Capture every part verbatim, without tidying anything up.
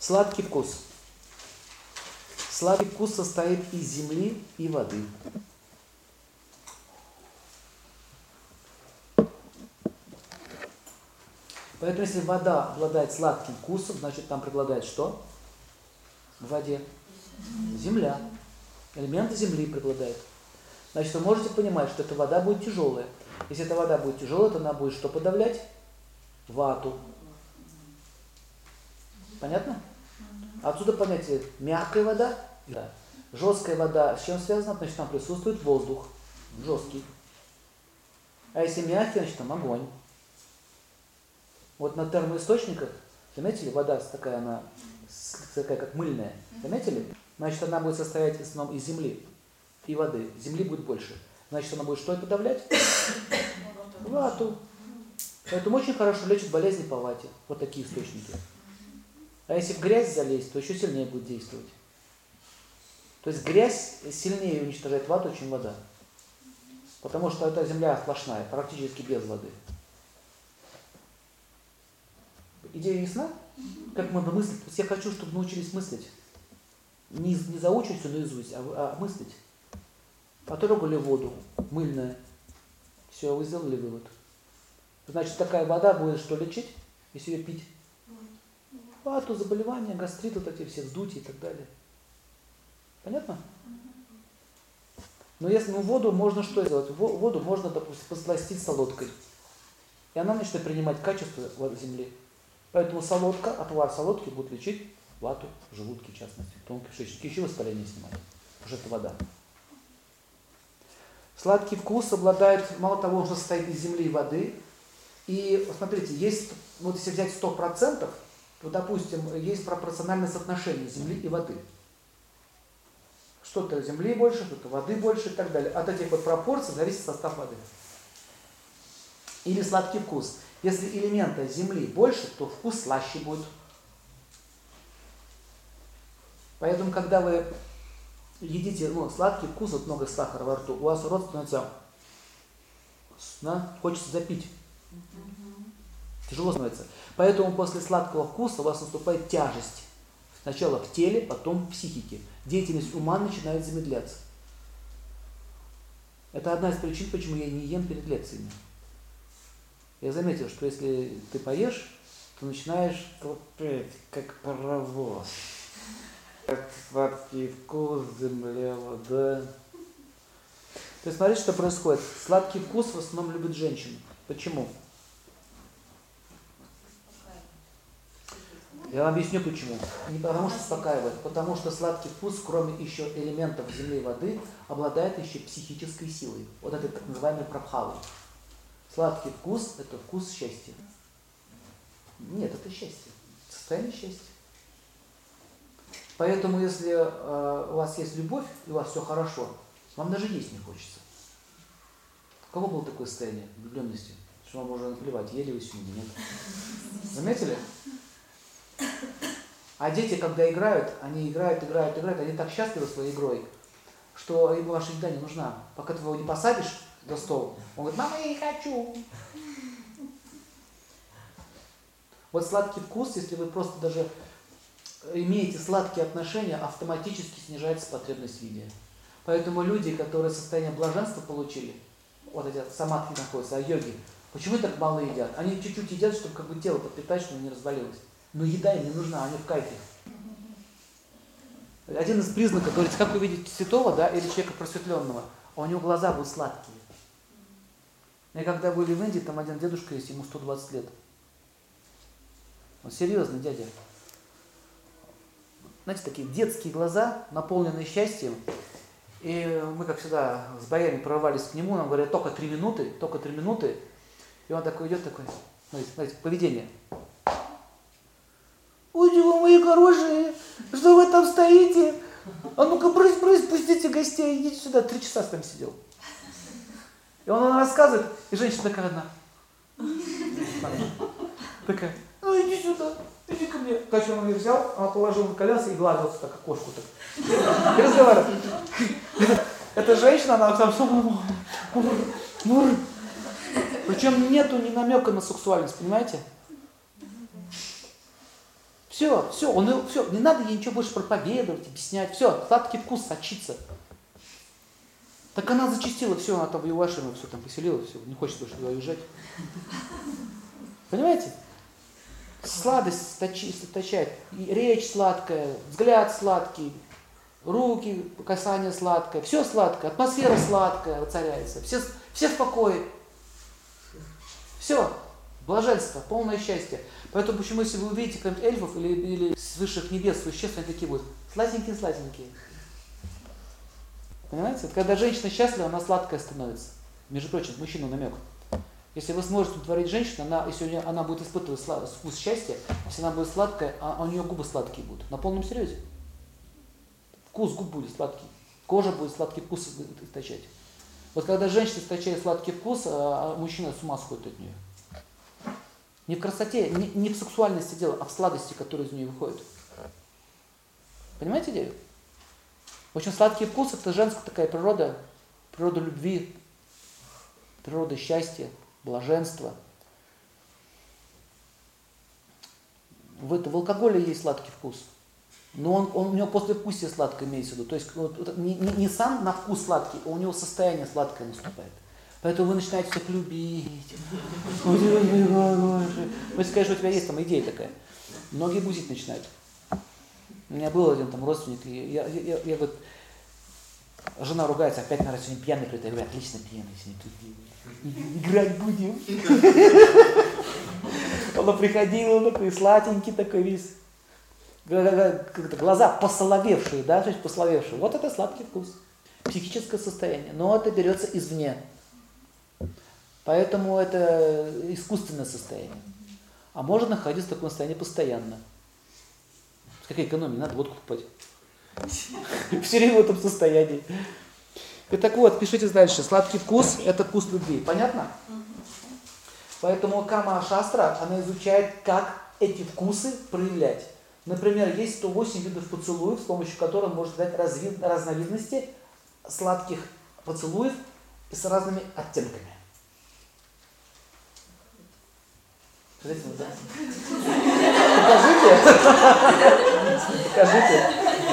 Сладкий вкус. Сладкий вкус состоит из земли и воды. Поэтому если вода обладает сладким вкусом, значит там преобладает что? В воде. Земля. Элементы земли преобладают. Значит, вы можете понимать, что эта вода будет тяжелая. Если эта вода будет тяжелая, то она будет что подавлять? Вату. Понятно? Отсюда понятие мягкая вода. Да. Жесткая вода с чем связана? Значит, там присутствует воздух. Жесткий. А если мягкий, значит там огонь. Вот на термоисточниках, заметили, вода такая, она такая, как мыльная. Заметили? Значит, она будет состоять в основном из земли и воды. Земли будет больше. Значит, она будет что подавлять? Вату. Поэтому очень хорошо лечит болезни по вате. Вот такие источники. А если в грязь залезть, то еще сильнее будет действовать. То есть грязь сильнее уничтожает вату, чем вода. Потому что эта земля сплошная, практически без воды. Идея ясна? Как мы мыслить? То есть я хочу, чтобы научились мыслить. Не, не заучить все наизусть, а, а мыслить. Потрогали воду, мыльная. Все, вы сделали вывод. Значит, такая вода будет что лечить, если ее пить? Вату, заболевания, гастрит, вот эти все вздутия и так далее. Понятно? Но если ну, воду можно что сделать? Воду можно, допустим, посластить солодкой. И она начнет принимать качество земли. Поэтому солодка, отвар солодки будет лечить вату, желудки, в частности, тонкие кишечники, еще воспаление снимать, потому что это вода. Сладкий вкус обладает, мало того, что состоит из земли и воды. И смотрите, есть, вот если взять сто процентов, то, допустим, есть пропорциональное соотношение земли и воды. Что-то земли больше, что-то воды больше и так далее. От этих вот пропорций зависит состав воды. Или сладкий вкус. Если элемента земли больше, то вкус слаще будет. Поэтому, когда вы едите ну, сладкий вкус, вот много сахара во рту, у вас рот становится, да, хочется запить. Тяжело становится. Поэтому после сладкого вкуса у вас наступает тяжесть. Сначала в теле, потом в психике. Деятельность ума начинает замедляться. Это одна из причин, почему я не ем перед лекциями. Я заметил, что если ты поешь, то начинаешь топить, как паровоз. Как сладкий вкус, земля, вода. То есть смотрите, что происходит. Сладкий вкус в основном любят женщины. Почему? Я вам объясню почему. Не потому что успокаивает, потому что сладкий вкус, кроме еще элементов земли и воды, обладает еще психической силой. Вот это так называемый прабхава. Сладкий вкус – это вкус счастья. Нет, это счастье. Состояние счастья. Поэтому, если э, у вас есть любовь, и у вас все хорошо, вам даже есть не хочется. У кого было такое состояние влюбленности? Что вам уже наплевать, ели вы сегодня, нет? Заметили? А дети, когда играют, они играют, играют, играют, они так счастливы своей игрой, что им ваша еда не нужна. Пока ты его не посадишь за стол, он говорит: мама, я не хочу. Вот сладкий вкус, если вы просто даже имеете сладкие отношения, автоматически снижается потребность в еде. Поэтому люди, которые состояние блаженства получили, вот эти самадхи находятся, а йоги, почему так мало едят? Они чуть-чуть едят, чтобы как бы тело подпитать, чтобы не развалилось. Но еда им не нужна, они в кайфе. Один из признаков, говорится, как увидеть святого, да, или человека просветленного, а у него глаза будут сладкие. И когда были в Индии, там один дедушка есть, ему сто двадцать лет. Он серьезный дядя. Знаете, такие детские глаза, наполненные счастьем. И мы, как всегда, с боями прорвались к нему, нам говорят: только три минуты, только три минуты. И он такой идет, такой, смотрите, смотрите, поведение. Ой, вы мои хорошие, что вы там стоите? А ну-ка, брысь, брысь, пустите гостей, идите сюда. Три часа там сидел. И он, он рассказывает, и женщина такая одна. Такая: ну иди сюда, иди ко мне. Короче, он ее взял, она положила на коляску и гладился так, как кошку так. И разговаривает. Эта женщина, она там все. Причем нету ни намека на сексуальность, понимаете? Все, все, он, все, не надо ей ничего больше проповедовать, объяснять. Все, сладкий вкус сочится. Так она зачастила, все, она там в Юашино все там поселила, все, не хочет больше туда уезжать. Понимаете? Сладость источает, речь сладкая, взгляд сладкий, руки, касание сладкое, все сладкое, атмосфера сладкая воцаряется, все, все в покое. Все, блаженство, полное счастье. Поэтому почему, если вы увидите каких-нибудь эльфов или, или с высших небес существ, они такие будут сладенькие-сладенькие. Понимаете? Когда женщина счастлива, она сладкая становится. Между прочим, мужчину намек. Если вы сможете утворить женщину, она, если у нее, она будет испытывать слад, вкус счастья, если она будет сладкая, а у нее губы сладкие будут. На полном серьезе. Вкус губ будет сладкий. Кожа будет сладкий вкус источать. Вот когда женщина источает сладкий вкус, а мужчина с ума сходит от нее. Не в красоте, не, не в сексуальности дело, а в сладости, которая из нее выходит. Понимаете идею? В общем, сладкий вкус — это женская такая природа, природа любви, природа счастья, блаженства. В, это, в алкоголе есть сладкий вкус, но он, он, у него послевкусие сладкое имеется в виду. То есть вот, не, не, не сам на вкус сладкий, а у него состояние сладкое наступает. Поэтому вы начинаете всех любить. Вы скажете, у тебя есть там идея такая. Многие бузить начинают. У меня был один там родственник, и я, я, я, я вот, жена ругается, опять, наверное, сегодня пьяный придет. Я говорю, отлично пьяный, сегодня тут играть будем. Он приходил, он такой сладенький такой весь. Глаза посоловевшие, да, то есть посоловевшие. Вот это сладкий вкус. Психическое состояние. Но это берется извне. Поэтому это искусственное состояние. А можно находиться в таком состоянии постоянно. Какая экономия? Надо водку покупать. Все время в этом состоянии. И так вот, пишите дальше. Сладкий вкус – это вкус любви. Понятно? Поэтому Кама-шастра, она изучает, как эти вкусы проявлять. Например, есть сто восемь видов поцелуев, с помощью которых можно дать разви- разновидности сладких поцелуев с разными оттенками. Покажите. Покажите.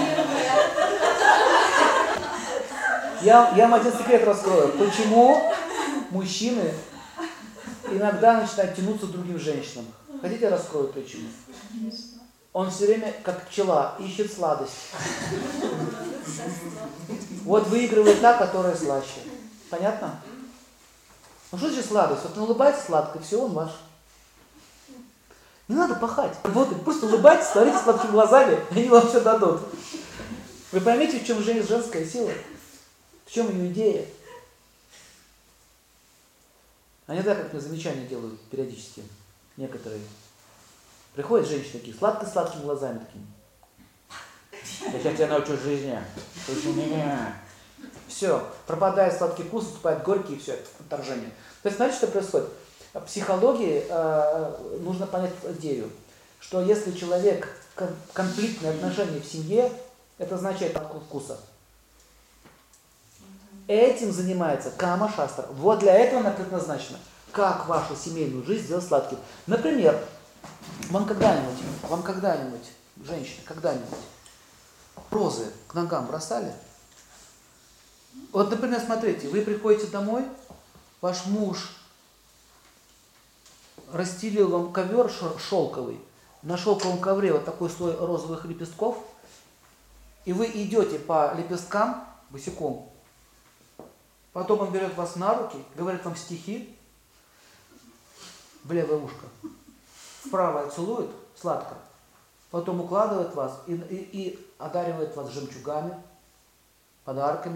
Я, я вам один секрет раскрою. Почему мужчины иногда начинают тянуться к другим женщинам? Хотите, я раскрою почему? Он все время, как пчела, ищет сладость. Вот выигрывает та, которая слаще. Понятно? Ну что значит сладость? Вот он улыбается сладко, и все, он ваш. Не надо пахать. Вот, просто улыбайтесь, смотрите сладкими глазами, и они вам все дадут. Вы поймите, в чем же женская сила? В чем ее идея? Они да, как мне замечания делают периодически некоторые. Приходят женщины такие, сладко-сладкими глазами такими. Я сейчас тебя научу жизни. Слушай меня. Все, пропадает сладкий вкус, наступает горький, и все, отторжение. То есть, знаете, что происходит? В психологии э, нужно понять идею, что если человек конфликтные отношения в семье, это означает откуп вкуса. Этим занимается Кама-шастра. Вот для этого она предназначена. Как вашу семейную жизнь сделать сладким. Например, вам когда-нибудь, вам когда-нибудь, женщины, когда-нибудь розы к ногам бросали? Вот, например, смотрите, вы приходите домой, ваш муж расстелил вам ковер шелковый, на шелковом ковре вот такой слой розовых лепестков, и вы идете по лепесткам босиком. Потом он берет вас на руки, говорит вам стихи в левое ушко, в правое целует сладко, потом укладывает вас и, и, и одаривает вас жемчугами, подарками.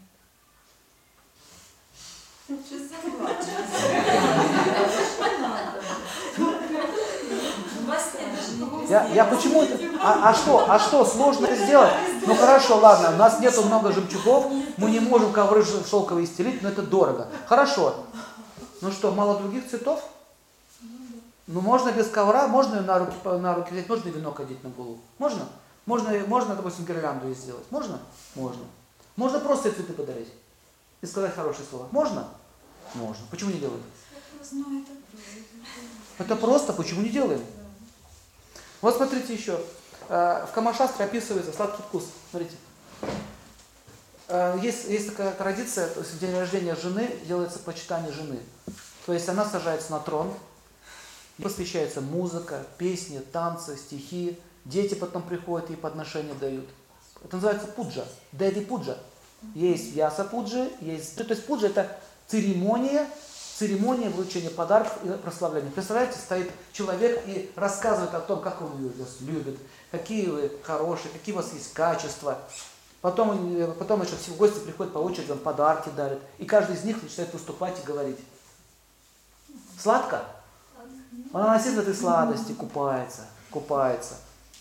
Я, я почему это? А, а что? А что? Сложно это сделать? Ну хорошо, ладно, у нас нету много жемчугов, мы не можем ковры шелковые стелить, но это дорого. Хорошо. Ну что, мало других цветов? Ну можно без ковра, можно на руки, на руки взять, можно венок одеть на голову. Можно? Можно, можно, допустим, гирлянду и сделать. Можно? Можно. Можно просто цветы подарить и сказать хорошие слова. Можно? Можно. Почему не делаем? Это просто, почему не делаем? Вот смотрите еще. В Камашастре описывается сладкий вкус. Смотрите. Есть, есть такая традиция, то есть в день рождения жены делается почитание жены. То есть она сажается на трон, посвящается музыка, песни, танцы, стихи. Дети потом приходят и подношения дают. Это называется пуджа, дэви пуджа. Есть вьяса пуджи, есть... То есть пуджа это церемония, церемония вручения подарков и прославления. Представляете, стоит человек и рассказывает о том, как он вас любит, какие вы хорошие, какие у вас есть качества. Потом, потом еще все гости приходят по очереди, он подарки дарит. И каждый из них начинает выступать и говорить. Сладко? Он носит в этой сладости, купается, купается.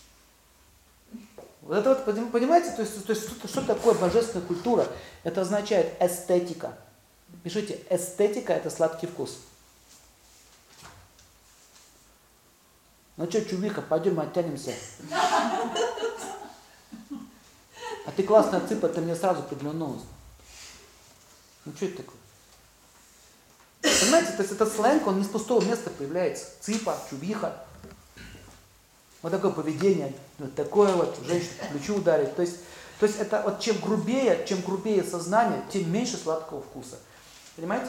Вот это вот, понимаете, то есть, то есть что, что такое божественная культура? Это означает эстетика. Пишите, эстетика это сладкий вкус. Ну что, чувиха, пойдем оттянемся. А ты классная цыпа, ты мне сразу приглянулась. Ну что это такое? Понимаете, то есть этот сленг, он не с пустого места появляется. Цыпа, чувиха. Вот такое поведение, вот такое вот, женщину по плечу ударить. То есть, то есть это вот чем грубее, чем грубее сознание, тем меньше сладкого вкуса. Понимаете?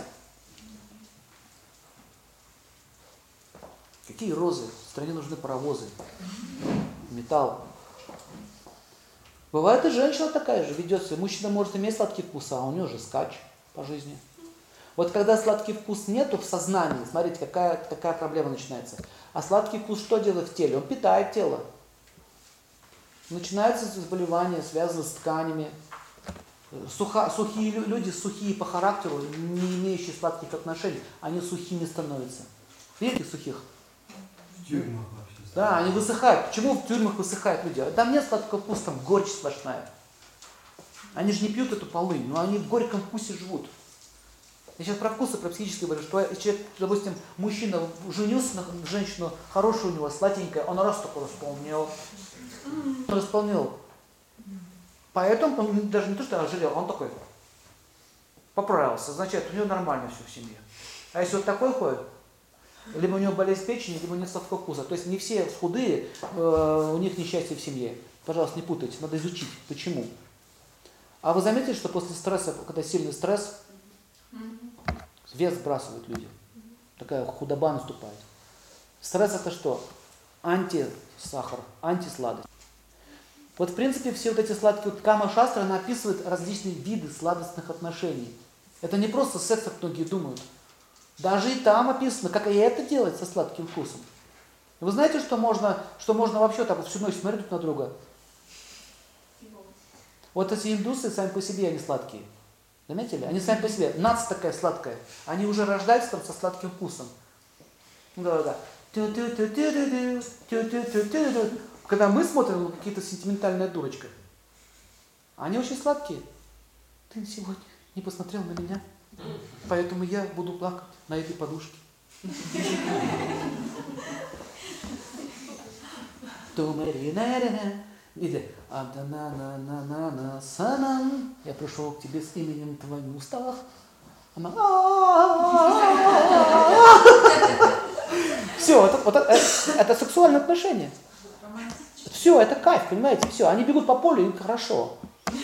Какие розы? В стране нужны паровозы, металл. Бывает и женщина такая же, ведется. Мужчина может иметь сладкий вкус, а у него же скач по жизни. Вот когда сладкий вкус нету в сознании, смотрите, какая, какая проблема начинается. А сладкий вкус что делает в теле? Он питает тело. Начинаются заболевания, связанные с тканями. Суха, сухие люди, сухие по характеру, не имеющие сладких отношений, они сухими становятся. Видите сухих? В тюрьмах вообще. Да, они высыхают. Почему в тюрьмах высыхают люди? Там нет сладкого вкуса, там горечь сплошная. Они же не пьют эту полынь, но они в горьком вкусе живут. Я сейчас про вкусы, про психическое говорю, что человек, допустим, мужчина женился на женщину, хорошая у него, сладенькая, он раз только располнел. Располнил. Поэтому он даже не то, что ожирел, он такой поправился. Значит, у него нормально все в семье. А если вот такой ходит, либо у него болезнь печени, либо нет сладкого вкуса. То есть не все худые, э, у них несчастье в семье. Пожалуйста, не путайте, надо изучить, почему. А вы заметили, что после стресса, когда сильный стресс, вес сбрасывают люди. Такая худоба наступает. Стресс это что? Антисахар, антисладость. Вот в принципе все вот эти сладкие, вот Кама-шастра, она описывает различные виды сладостных отношений. Это не просто секс, как многие думают. Даже и там описано, как и это делать со сладким вкусом. Вы знаете, что можно, что можно вообще так вот всю ночь смотреть друг на друга? Вот эти индусы сами по себе, они сладкие. Заметили? Они сами по себе. Нац такая сладкая. Они уже рождаются там со сладким вкусом. Да-да-да. Когда мы смотрим, какие-то сентиментальная дурочка. Они очень сладкие. Ты сегодня не посмотрел на меня, поэтому я буду плакать на этой подушке. Или я пришел к тебе с именем твоим в устах. Все, это, вот, это, это сексуальные отношения. Все, это кайф, понимаете, все. Они бегут по полю, им хорошо.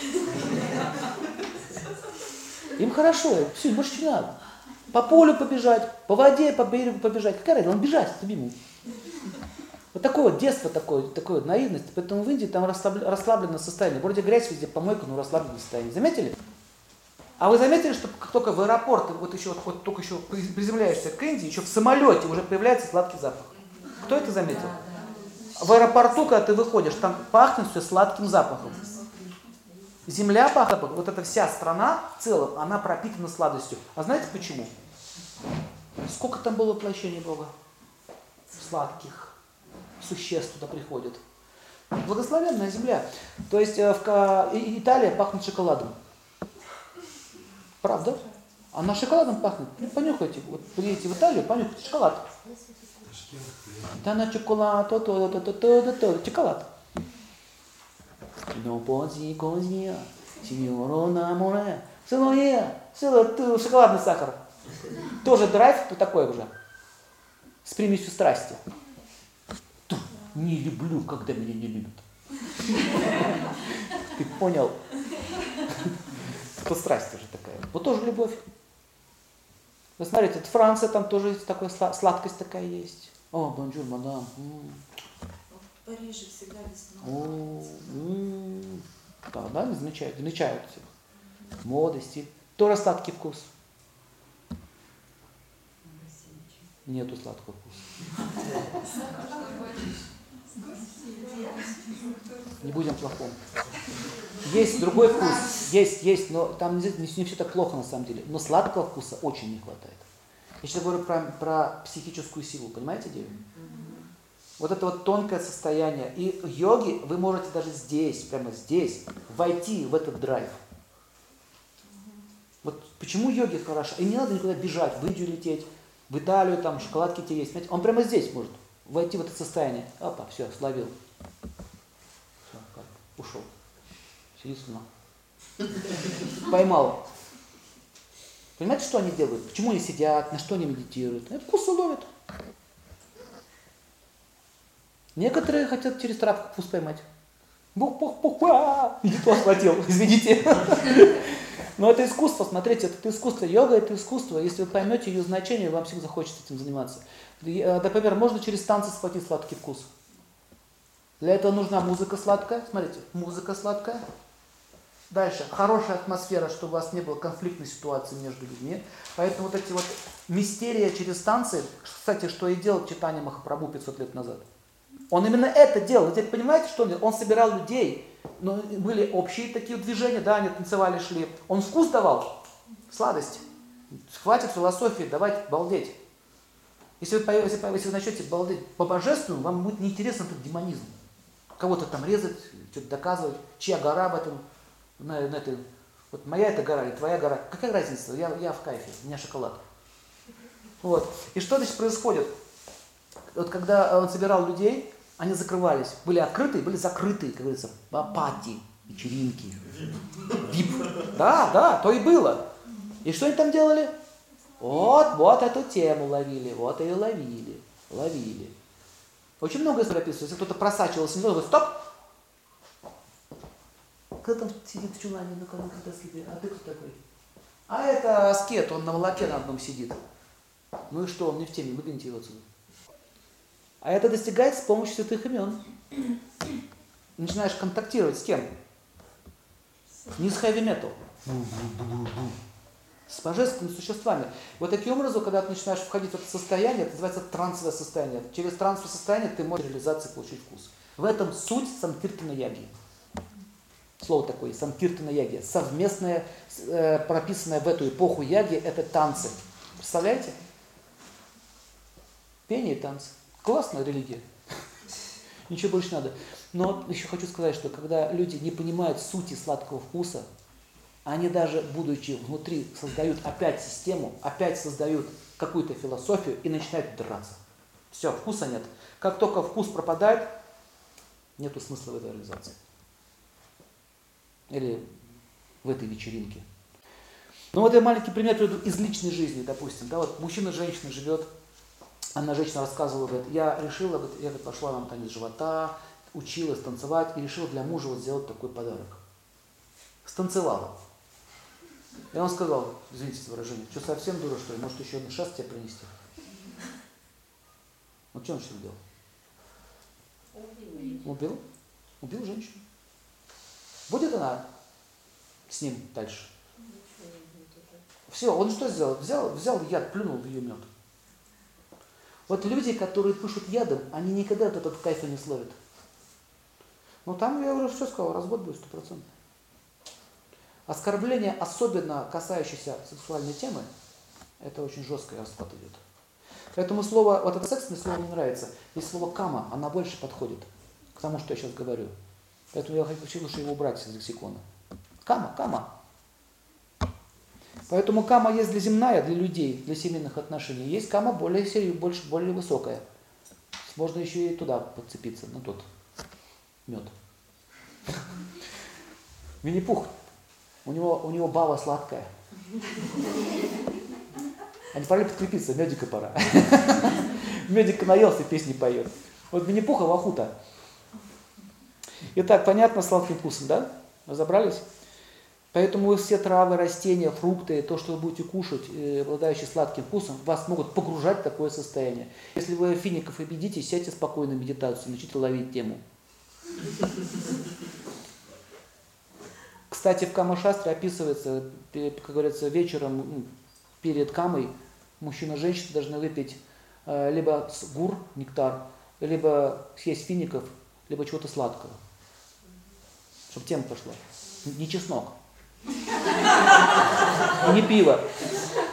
Им хорошо, все, им больше не надо. По полю побежать, по воде, по берегу побежать. Какая разница? Он бежать, любимый. Вот такое вот детство, такое, такое вот наивность. Поэтому в Индии там расслабленное состояние. Вроде грязь везде, помойка, но расслабленное состояние. Заметили? А вы заметили, что как только в аэропорт, вот еще, вот только еще приземляешься к Индии, еще в самолете уже появляется сладкий запах. Кто это заметил? В аэропорту, когда ты выходишь, там пахнет все сладким запахом. Земля пахнет, вот эта вся страна в целом, она пропитана сладостью. А знаете почему? Сколько там было воплощений Бога? Сладких существ туда приходят. Благословенная земля. То есть в Италия пахнет шоколадом. Правда? Она шоколадом пахнет. Понюхайте. Вот приедете в Италию, понюхайте шоколад. Да на шоколад, то, то, то, то, то, то, шоколад. Шоколадный сахар. Тоже драйв такой уже. С примесью страсти. Не люблю, когда меня не любят. Ты понял? Это страсть уже такая. Вот тоже любовь. Вы смотрите, это Франция, там тоже такая сладкость такая есть. О, бонжур, мадам. В Париже всегда весна. О, да, да, не замечают, замечают всех. Мода, стиль. Тоже сладкий вкус. Нету сладкого вкуса. Не будем плохом. Есть другой вкус, есть, есть, но там не, не все так плохо на самом деле. Но сладкого вкуса очень не хватает. Я сейчас говорю про, про психическую силу, понимаете, идею? Вот это вот тонкое состояние. И в йоге вы можете даже здесь, прямо здесь, войти в этот драйв. Вот почему йоги хорошо? И не надо никуда бежать, в Индию лететь, в Италию, там шоколадки те есть. Знаете, он прямо здесь может войти в это состояние. Опа, все, словил. Все, как, ушел. Сидит сна. Поймал. Понимаете, что они делают? Почему они сидят, на что они медитируют? Это вкусы ловят. Некоторые хотят через травку вкус поймать. Бух-бух-бух-а! Иди то схватил, извините. Но это искусство, смотрите, это искусство. Йога – это искусство. Если вы поймете ее значение, вам всем захочется этим заниматься. Например, можно через танцы схватить сладкий вкус. Для этого нужна музыка сладкая. Смотрите, музыка сладкая. Дальше, хорошая атмосфера, чтобы у вас не было конфликтной ситуации между людьми. Поэтому вот эти вот мистерии через танцы, кстати, что и делал Чайтанья Махапрабху пятьсот лет назад. Он именно это делал. Вы теперь понимаете, что он делал? Он собирал людей. Но были общие такие движения, да, они танцевали, шли. Он вкус давал, сладость. Хватит философии, давайте балдеть. Если вы, если, если вы начнете балдеть по-божественному, вам будет неинтересно этот демонизм. Кого-то там резать, что-то доказывать, чья гора в этом, на, на этой, вот моя эта гора или твоя гора. Какая разница? Я, я в кайфе, у меня шоколад. Вот. И что здесь происходит? Вот когда он собирал людей, они закрывались. Были открытые, были закрытые, как говорится, пати, вечеринки, вип. Да, да, то и было. И что они там делали? Вот, вот эту тему ловили, вот ее ловили, ловили. Очень много историй описывается. Если кто-то просачивался, он говорит, стоп! Кто там сидит в чулане, на кого кто-то сидит? А ты кто такой? А это аскет, он на молоке на одном сидит. Ну и что, он не в теме, выгоните его отсюда. А это достигается с помощью святых имен. Начинаешь контактировать с кем? Не с heavy metal. С божественными существами. Вот таким образом, когда ты начинаешь входить в это состояние, это называется трансовое состояние. Через трансовое состояние ты можешь реализации получить вкус. В этом суть санкиртана яги. Слово такое, санкиртана яги. Совместное, э, прописанное в эту эпоху яги, это танцы. Представляете? Пение и танцы. Классная религия. Ничего больше не надо. Но еще хочу сказать, что когда люди не понимают сути сладкого вкуса, они даже, будучи внутри, создают опять систему, опять создают какую-то философию и начинают драться. Все, вкуса нет. Как только вкус пропадает, нету смысла в этой реализации. Или в этой вечеринке. Ну вот я маленький пример приведу из личной жизни, допустим. Да, вот мужчина с женщиной живет. Она, женщина, рассказывала, говорит, я решила, говорит, я говорит, пошла на танец живота, училась танцевать и решила для мужа вот сделать такой подарок. Станцевала. И он сказал, извините за выражение, что совсем дура, что ли, может еще один шест тебе принести? Вот что он что сделал? Убил. Убил? Убил женщину. Будет она с ним дальше? Все, он что сделал? Взял, взял яд, плюнул в ее мед. Вот люди, которые пишут ядом, они никогда вот этот кайф не словят. Ну там, я уже все сказал, развод будет сто процентов. Оскорбление, особенно касающееся сексуальной темы, это очень жесткий расклад идет. Поэтому слово, вот это секс мне слово не нравится. Есть слово кама, она больше подходит к тому, что я сейчас говорю. Поэтому я хочу лучше его убрать из лексикона. Кама, кама. Поэтому кама есть для земная, для людей, для семейных отношений. Есть кама более серьезная, больше, более высокая. Можно еще и туда подцепиться, на тот мед. Винни-Пух. У него, у него баба сладкая. А не пора ли подкрепиться? Медика пора. Медика наелся, песни поет. Вот Винни-Пуха лохута. Итак, понятно сладким вкусом, да? Разобрались? Поэтому вы все травы, растения, фрукты, то, что вы будете кушать, обладающие сладким вкусом, вас могут погружать в такое состояние. Если вы фиников обидите, сядьте спокойно в медитацию, начните ловить тему. Кстати, в Кама-шастре описывается, как говорится, вечером перед камой мужчина и женщина должны выпить либо гур, нектар, либо съесть фиников, либо чего-то сладкого, чтобы тема пошла. Не чеснок. И не пиво.